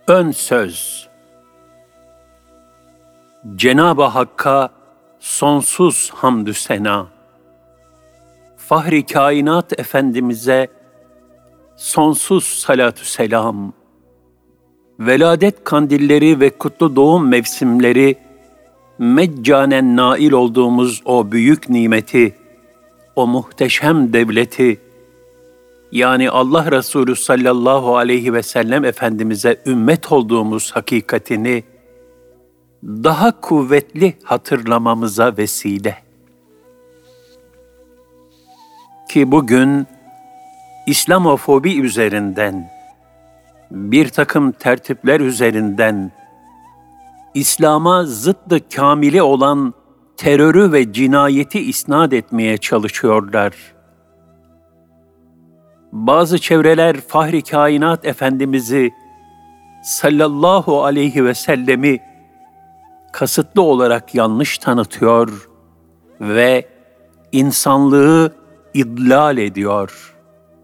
Ön söz. Cenab-ı Hakk'a sonsuz hamdü sena. Fahri kainat Efendimiz'e sonsuz salatü selam. Veladet kandilleri ve kutlu doğum mevsimleri, meccanen nail olduğumuz o büyük nimeti, o muhteşem devleti, yani Allah Resulü sallallahu aleyhi ve sellem Efendimiz'e ümmet olduğumuz hakikatini daha kuvvetli hatırlamamıza vesile. Ki bugün İslamofobi üzerinden, bir takım tertipler üzerinden, İslam'a zıddı kamili olan terörü ve cinayeti isnat etmeye çalışıyorlar. Bazı çevreler Fahri Kainat Efendimiz'i sallallahu aleyhi ve sellemi kasıtlı olarak yanlış tanıtıyor ve insanlığı idlal ediyor.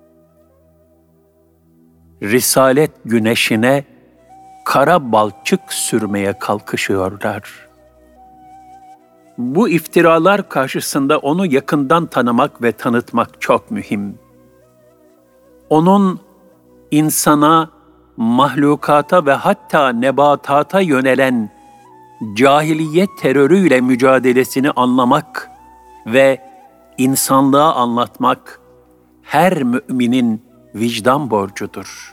Risalet güneşine kara balçık sürmeye kalkışıyorlar. Bu iftiralar karşısında onu yakından tanımak ve tanıtmak çok mühim. Onun insana, mahlukata ve hatta nebatata yönelen cahiliyet terörüyle mücadelesini anlamak ve insanlığa anlatmak her müminin vicdan borcudur.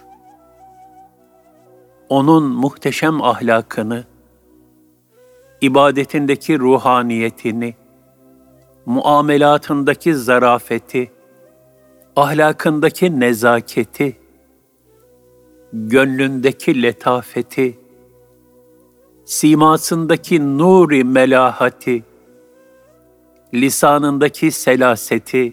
Onun muhteşem ahlakını, ibadetindeki ruhaniyetini, muamelatındaki zarafeti, ahlakındaki nezaketi, gönlündeki letafeti, simasındaki nuri melahati, lisanındaki selaseti,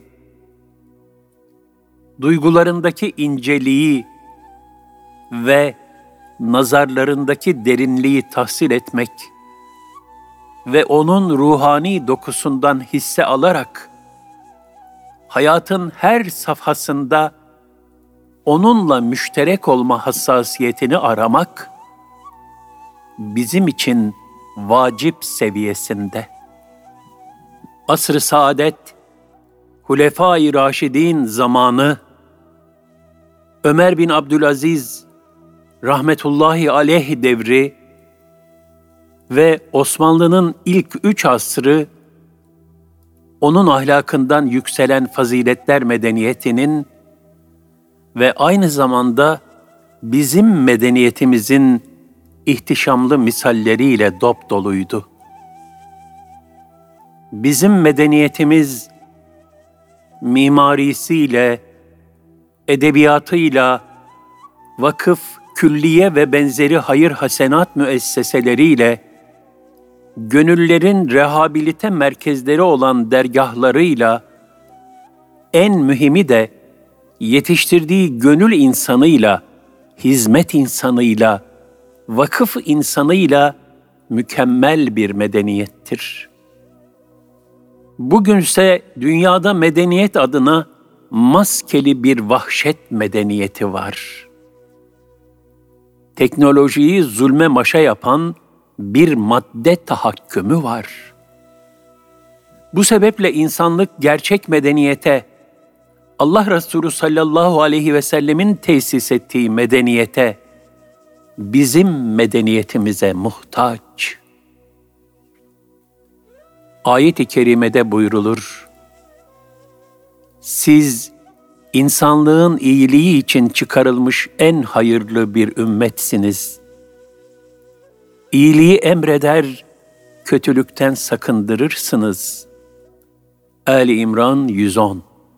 duygularındaki inceliği ve nazarlarındaki derinliği tahsil etmek ve onun ruhani dokusundan hisse alarak hayatın her safhasında onunla müşterek olma hassasiyetini aramak bizim için vacip seviyesinde. Asr-ı Saadet, Hulefâ-i Raşidîn zamanı, Ömer bin Abdülaziz rahmetullahi aleyh devri ve Osmanlı'nın ilk 3 asrı, onun ahlakından yükselen faziletler medeniyetinin ve aynı zamanda bizim medeniyetimizin ihtişamlı misalleriyle dopdoluydu. Bizim medeniyetimiz mimarisiyle, edebiyatıyla, vakıf, külliye ve benzeri hayır hasenat müesseseleriyle, gönüllerin rehabilite merkezleri olan dergahlarıyla, en mühimi de yetiştirdiği gönül insanıyla, hizmet insanıyla, vakıf insanıyla mükemmel bir medeniyettir. Bugünse dünyada medeniyet adına maskeli bir vahşet medeniyeti var. Teknolojiyi zulme maşa yapan bir madde tahakkümü var. Bu sebeple insanlık gerçek medeniyete, Allah Resulü sallallahu aleyhi ve sellemin tesis ettiği medeniyete, bizim medeniyetimize muhtaç. Ayet-i kerimede buyrulur, siz insanlığın iyiliği için çıkarılmış en hayırlı bir ümmetsiniz. İyiliği emreder, kötülükten sakındırırsınız. Ali İmran 110.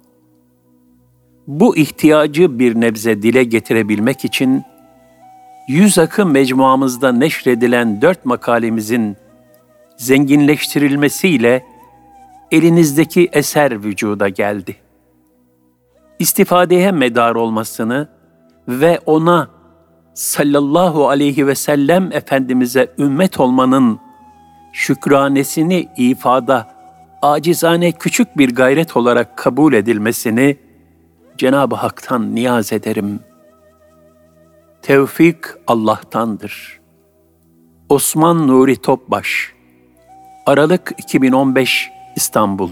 Bu ihtiyacı bir nebze dile getirebilmek için, 100 akı mecmuamızda neşredilen 4 makalemizin zenginleştirilmesiyle elinizdeki eser vücuda geldi. İstifadeye medar olmasını ve ona sallallahu aleyhi ve sellem Efendimiz'e ümmet olmanın şükranesini ifada, acizane küçük bir gayret olarak kabul edilmesini Cenab-ı Hak'tan niyaz ederim. Tevfik Allah'tandır. Osman Nuri Topbaş, Aralık 2015, İstanbul.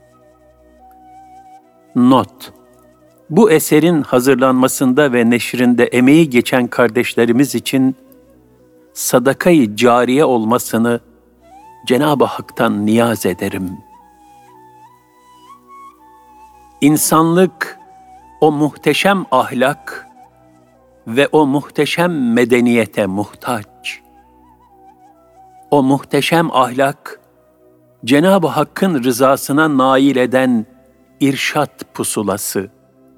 Not: Bu eserin hazırlanmasında ve neşrinde emeği geçen kardeşlerimiz için sadaka-i cariye olmasını Cenab-ı Hak'tan niyaz ederim. İnsanlık, o muhteşem ahlak ve o muhteşem medeniyete muhtaç. O muhteşem ahlak, Cenab-ı Hakk'ın rızasına nail eden irşat pusulası.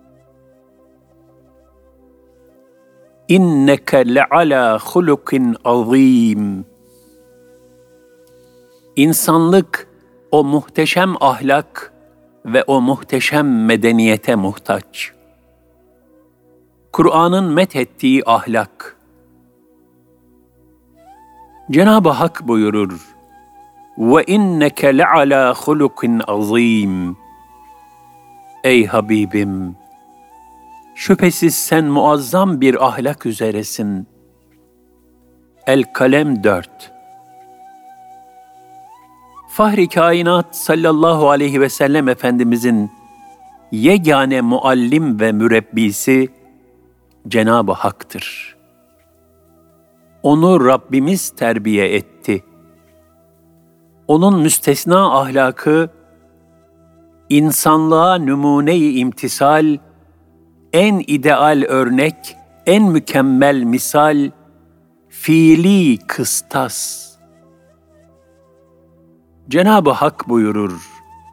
İnneke le'alâ hulukin azîm. İnsanlık, o muhteşem ahlak ve o muhteşem medeniyete muhtaç. Kur'an'ın methettiği ahlak. Cenab-ı Hak buyurur: "Ve inneke le'alâ hulukin azîm." Ey Habibim! Şüphesiz sen muazzam bir ahlak üzeresin. El-Kalem 4. Fahri Kainat sallallahu aleyhi ve sellem Efendimizin yegane muallim ve mürebbisi Cenab-ı Hak'tır. Onu Rabbimiz terbiye etti. Onun müstesna ahlakı, insanlığa numune-i imtisal, en ideal örnek, en mükemmel misal, fiili kıstas. Cenab-ı Hak buyurur: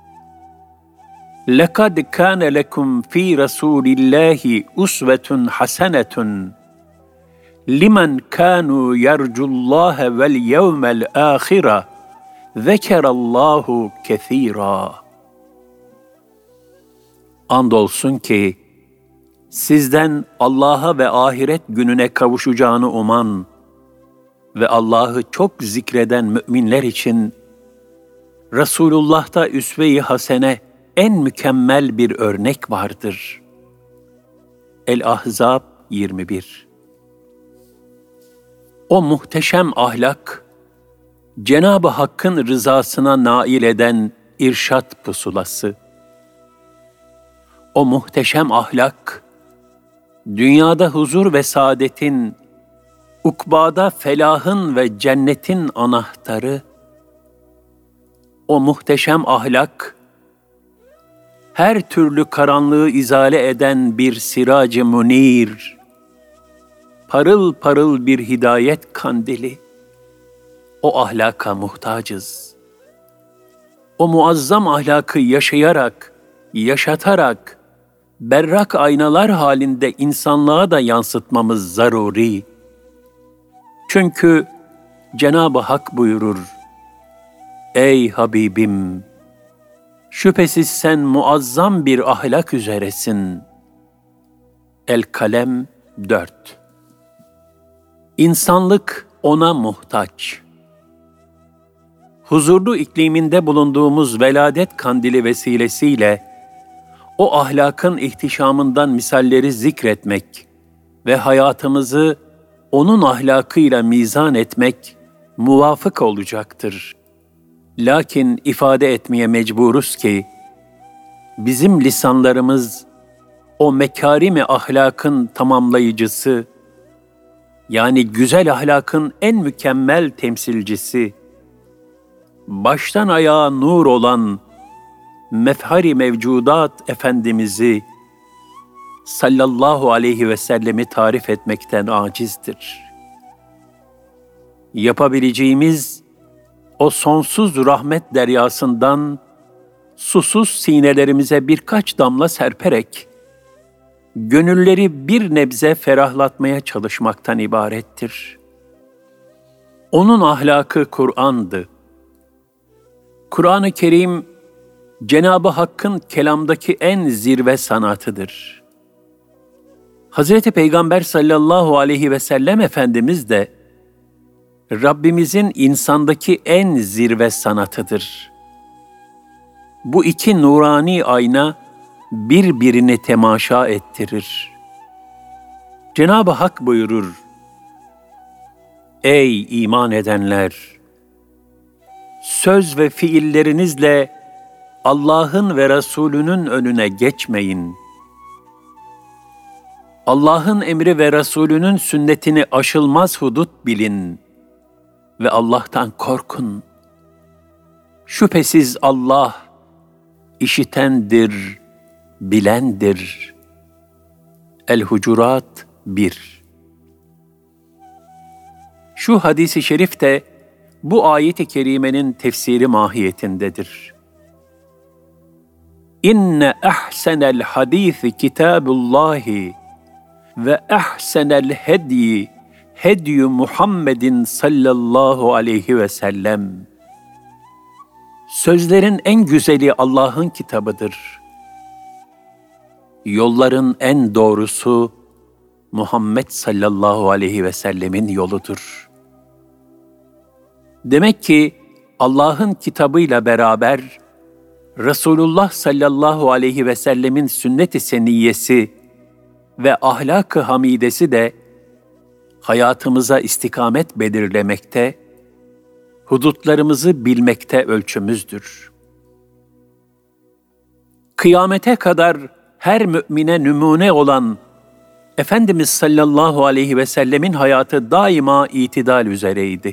لَقَدْ كَانَ لَكُمْ ف۪ي رَسُولِ اللّٰهِ اُسْوَةٌ حَسَنَةٌ لِمَنْ كَانُوا يَرْجُ اللّٰهَ وَالْيَوْمَ الْآخِرَةِ ذَكَرَ اللّٰهُ كَثِيرًا. Andolsun ki, sizden Allah'a ve ahiret gününe kavuşacağını uman ve Allah'ı çok zikreden müminler için Resulullah'ta üsve-i hasene, en mükemmel bir örnek vardır. El-Ahzab 21. O muhteşem ahlak, Cenab-ı Hakk'ın rızasına nail eden irşat pusulası. O muhteşem ahlak, dünyada huzur ve saadetin, ukbada felahın ve cennetin anahtarı. O muhteşem ahlak, her türlü karanlığı izale eden bir sirac-ı munir, parıl parıl bir hidayet kandili. O ahlaka muhtacız. O muazzam ahlakı yaşayarak, yaşatarak, berrak aynalar halinde insanlığa da yansıtmamız zaruri. Çünkü Cenab-ı Hak buyurur: Ey Habibim! Şüphesiz sen muazzam bir ahlak üzeresin. El-Kalem 4. İnsanlık ona muhtaç. Huzurlu ikliminde bulunduğumuz veladet kandili vesilesiyle o ahlakın ihtişamından misalleri zikretmek ve hayatımızı onun ahlakıyla mizan etmek muvafık olacaktır. Lakin ifade etmeye mecburuz ki, bizim lisanlarımız o mekârim-i ahlakın tamamlayıcısı, yani güzel ahlakın en mükemmel temsilcisi, baştan ayağa nur olan mefhari mevcudat Efendimiz'i sallallahu aleyhi ve sellemi tarif etmekten acizdir. Yapabileceğimiz o sonsuz rahmet deryasından susuz sinelerimize birkaç damla serperek gönülleri bir nebze ferahlatmaya çalışmaktan ibarettir. Onun ahlakı Kur'an'dı. Kur'an-ı Kerim, Cenab-ı Hakk'ın kelamdaki en zirve sanatıdır. Hazreti Peygamber sallallahu aleyhi ve sellem Efendimiz de Rabbimizin insandaki en zirve sanatıdır. Bu iki nurani ayna birbirini temaşa ettirir. Cenab-ı Hak buyurur: Ey iman edenler! Söz ve fiillerinizle Allah'ın ve Resulünün önüne geçmeyin. Allah'ın emri ve Resulünün sünnetini aşılmaz hudut bilin ve Allah'tan korkun. Şüphesiz Allah işitendir, bilendir. El-Hucurat 1. Şu hadis-i şerif de bu ayet-i kerimenin tefsiri mahiyetindedir. İnne ahsenel hadisi kitabullahi ve ahsenel hedyi hedyu Muhammedin sallallahu aleyhi ve sellem. Sözlerin en güzeli Allah'ın kitabıdır. Yolların en doğrusu Muhammed sallallahu aleyhi ve sellemin yoludur. Demek ki Allah'ın kitabıyla beraber Resulullah sallallahu aleyhi ve sellemin sünnet-i seniyyesi ve ahlak-ı hamidesi de hayatımıza istikamet belirlemekte, hudutlarımızı bilmekte ölçümüzdür. Kıyamete kadar her mümine numune olan Efendimiz sallallahu aleyhi ve sellemin hayatı daima itidal üzereydi.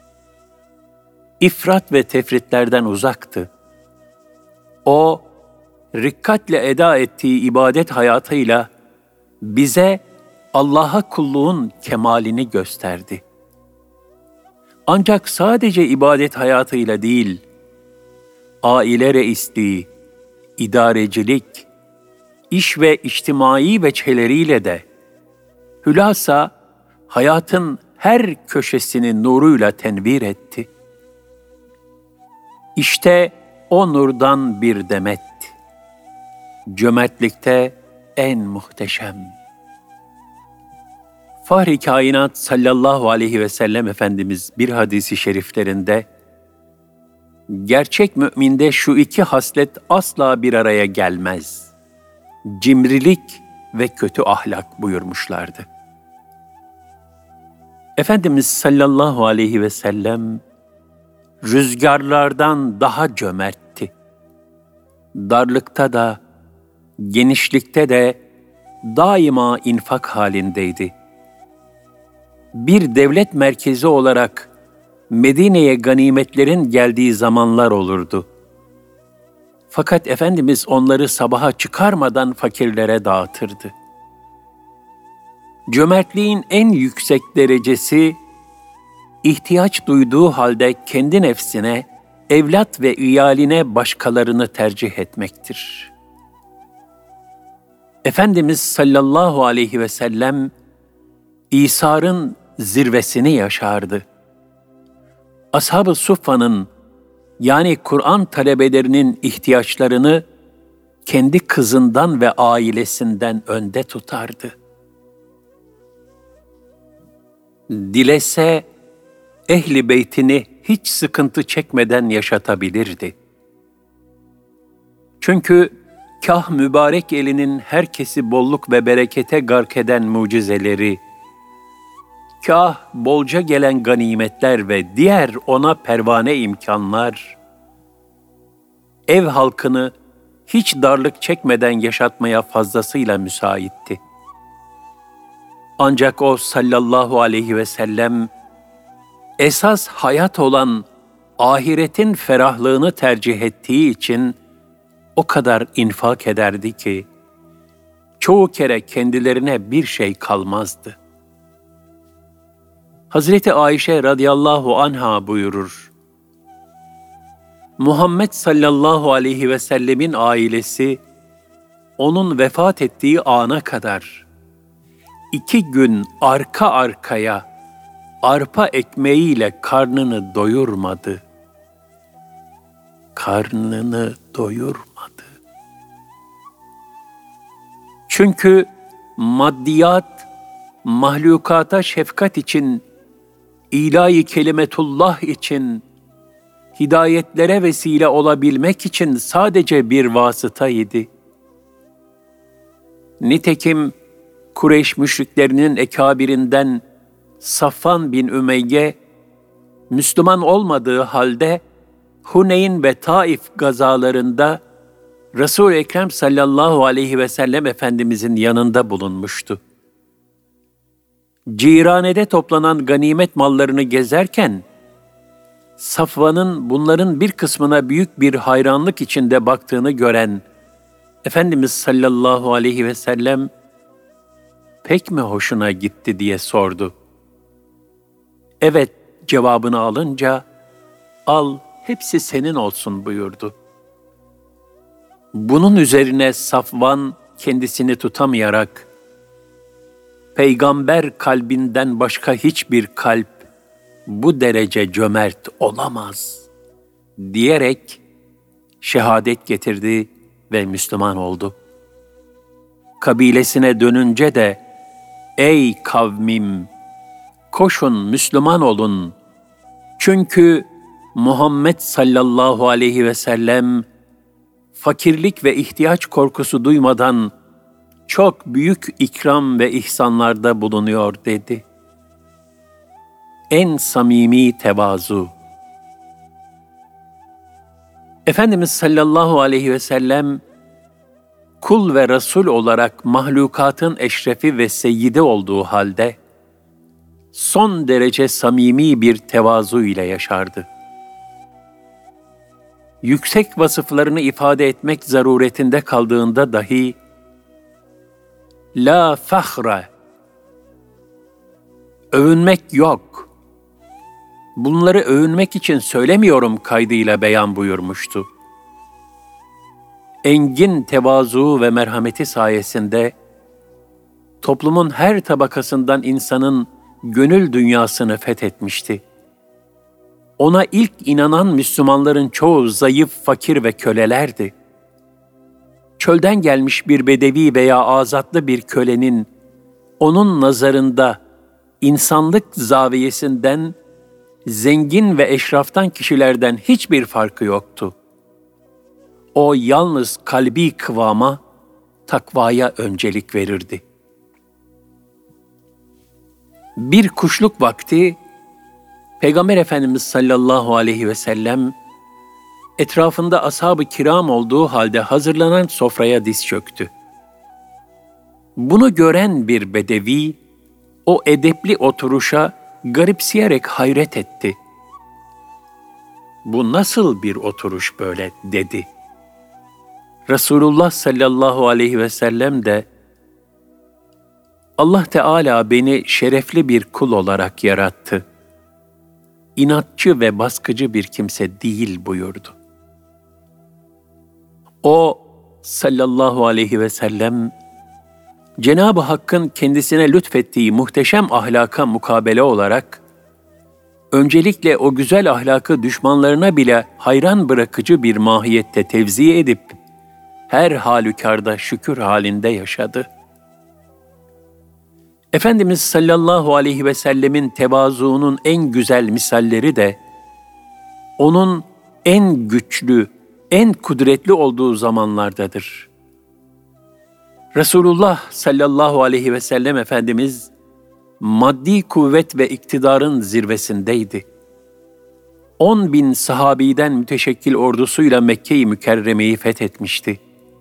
İfrat ve tefritlerden uzaktı. O, rikkatle eda ettiği ibadet hayatıyla bize Allah'a kulluğun kemalini gösterdi. Ancak sadece ibadet hayatıyla değil, aile reisliği, idarecilik, iş ve içtimai veçheleriyle de, hülasa hayatın her köşesini nuruyla tenvir etti. İşte o nurdan bir demet, cömertlikte en muhteşem. Fahri Kainat sallallahu aleyhi ve sellem Efendimiz bir hadisi şeriflerinde, gerçek müminde şu iki haslet asla bir araya gelmez: cimrilik ve kötü ahlak buyurmuşlardı. Efendimiz sallallahu aleyhi ve sellem, rüzgarlardan daha cömertti. Darlıkta da, genişlikte de daima infak halindeydi. Bir devlet merkezi olarak Medine'ye ganimetlerin geldiği zamanlar olurdu. Fakat Efendimiz onları sabaha çıkarmadan fakirlere dağıtırdı. Cömertliğin en yüksek derecesi, ihtiyaç duyduğu halde kendi nefsine, evlat ve iyaline başkalarını tercih etmektir. Efendimiz sallallahu aleyhi ve sellem, İsar'ın zirvesini yaşardı. Ashab-ı Suffa'nın, yani Kur'an talebelerinin ihtiyaçlarını kendi kızından ve ailesinden önde tutardı. Dilese, ehli beytini hiç sıkıntı çekmeden yaşatabilirdi. Çünkü kah mübarek elinin herkesi bolluk ve berekete gark eden mucizeleri, kah bolca gelen ganimetler ve diğer ona pervane imkanlar, ev halkını hiç darlık çekmeden yaşatmaya fazlasıyla müsaitti. Ancak o sallallahu aleyhi ve sellem, esas hayat olan ahiretin ferahlığını tercih ettiği için o kadar infak ederdi ki, çoğu kere kendilerine bir şey kalmazdı. Hazreti Ayşe radıyallahu anha buyurur: Muhammed sallallahu aleyhi ve sellemin ailesi, onun vefat ettiği ana kadar 2 gün arka arkaya arpa ekmeğiyle karnını doyurmadı. Karnını doyurmadı. Çünkü maddiyat, mahlukata şefkat için, ilahi kelimetullah için, hidayetlere vesile olabilmek için sadece bir vasıtaydı. Nitekim Kureyş müşriklerinin ekabirinden Safvan bin Ümeyye, Müslüman olmadığı halde Huneyn ve Taif gazalarında Resul-i Ekrem sallallahu aleyhi ve sellem Efendimizin yanında bulunmuştu. Cirane'de toplanan ganimet mallarını gezerken, Safvan'ın bunların bir kısmına büyük bir hayranlık içinde baktığını gören Efendimiz sallallahu aleyhi ve sellem, "Pek mi hoşuna gitti?" diye sordu. "Evet" cevabını alınca, "Al, hepsi senin olsun" buyurdu. Bunun üzerine Safvan kendisini tutamayarak, "Peygamber kalbinden başka hiçbir kalp bu derece cömert olamaz" diyerek şehadet getirdi ve Müslüman oldu. Kabilesine dönünce de, "Ey kavmim, koşun Müslüman olun. Çünkü Muhammed sallallahu aleyhi ve sellem fakirlik ve ihtiyaç korkusu duymadan çok büyük ikram ve ihsanlarda bulunuyor" dedi. En samimi tevazu. Efendimiz sallallahu aleyhi ve sellem, kul ve Resul olarak mahlukatın eşrefi ve seyyidi olduğu halde, son derece samimi bir tevazu ile yaşardı. Yüksek vasıflarını ifade etmek zaruretinde kaldığında dahi, "La fahre", övünmek yok, bunları övünmek için söylemiyorum kaydıyla beyan buyurmuştu. Engin tevazu ve merhameti sayesinde, toplumun her tabakasından insanın gönül dünyasını fethetmişti. Ona ilk inanan Müslümanların çoğu zayıf, fakir ve kölelerdi. Çölden gelmiş bir bedevi veya azatlı bir kölenin, onun nazarında insanlık zaviyesinden, zengin ve eşraftan kişilerden hiçbir farkı yoktu. O yalnız kalbi kıvama, takvaya öncelik verirdi. Bir kuşluk vakti, Peygamber Efendimiz sallallahu aleyhi ve sellem, etrafında ashab-ı kiram olduğu halde hazırlanan sofraya diz çöktü. Bunu gören bir bedevi, o edepli oturuşa garipseyerek hayret etti. "Bu nasıl bir oturuş böyle?" dedi. Resulullah sallallahu aleyhi ve sellem de, "Allah Teala beni şerefli bir kul olarak yarattı. İnatçı ve baskıcı bir kimse değil" buyurdu. O sallallahu aleyhi ve sellem, Cenab-ı Hakk'ın kendisine lütfettiği muhteşem ahlaka mukabele olarak, öncelikle o güzel ahlakı düşmanlarına bile hayran bırakıcı bir mahiyette tevzi edip, her halükarda şükür halinde yaşadı. Efendimiz sallallahu aleyhi ve sellemin tevazuunun en güzel misalleri de, onun en güçlü, en kudretli olduğu zamanlardadır. Resulullah sallallahu aleyhi ve sellem Efendimiz, maddi kuvvet ve iktidarın zirvesindeydi. 10.000 sahabiden müteşekkil ordusuyla Mekke-i Mükerreme'yi fethetmişti.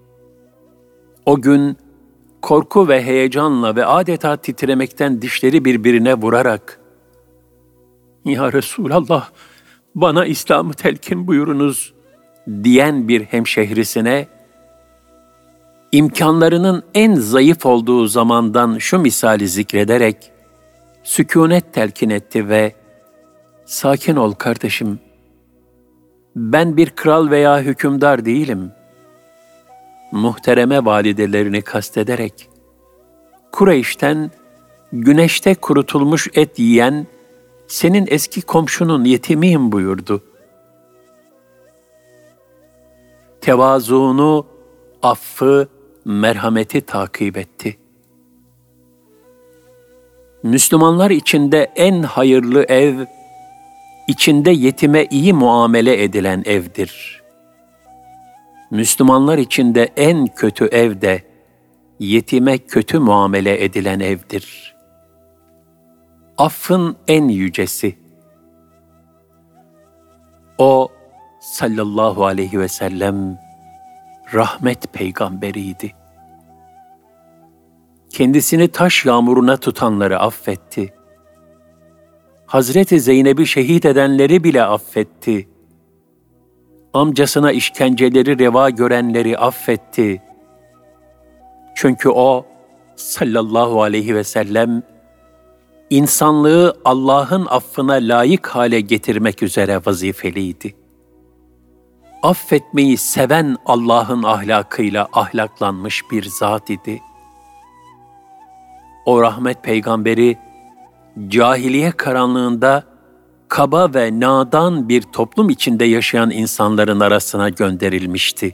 O gün, korku ve heyecanla ve adeta titremekten dişleri birbirine vurarak, "Ya Resulallah, bana İslam'ı telkin buyurunuz" diyen bir hemşehrisine, imkanlarının en zayıf olduğu zamandan şu misali zikrederek, sükûnet telkin etti ve, "Sakin ol kardeşim, ben bir kral veya hükümdar değilim." Muhtereme validelerini kastederek, "Kureyş'ten güneşte kurutulmuş et yiyen senin eski komşunun yetimiyim" buyurdu. Tevazuunu, affı, merhameti takip etti. Müslümanlar içinde en hayırlı ev, içinde yetime iyi muamele edilen evdir. Müslümanlar içinde en kötü ev de, yetime kötü muamele edilen evdir. Affın en yücesi. O sallallahu aleyhi ve sellem rahmet peygamberiydi. Kendisini taş yağmuruna tutanları affetti. Hazreti Zeynep'i şehit edenleri bile affetti. Amcasına işkenceleri reva görenleri affetti. Çünkü o sallallahu aleyhi ve sellem insanlığı Allah'ın affına layık hale getirmek üzere vazifeliydi. Affetmeyi seven Allah'ın ahlakıyla ahlaklanmış bir zat idi. O rahmet peygamberi, cahiliye karanlığında kaba ve nadan bir toplum içinde yaşayan insanların arasına gönderilmişti.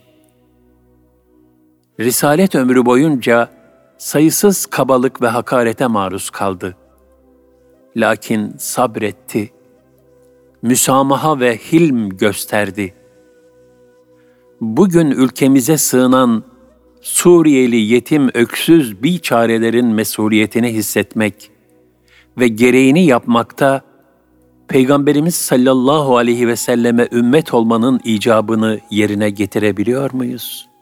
Risalet ömrü boyunca sayısız kabalık ve hakarete maruz kaldı. Lakin sabretti, müsamaha ve hilm gösterdi. Bugün ülkemize sığınan Suriyeli yetim öksüz biçarelerin mesuliyetini hissetmek ve gereğini yapmakta Peygamberimiz sallallahu aleyhi ve selleme ümmet olmanın icabını yerine getirebiliyor muyuz?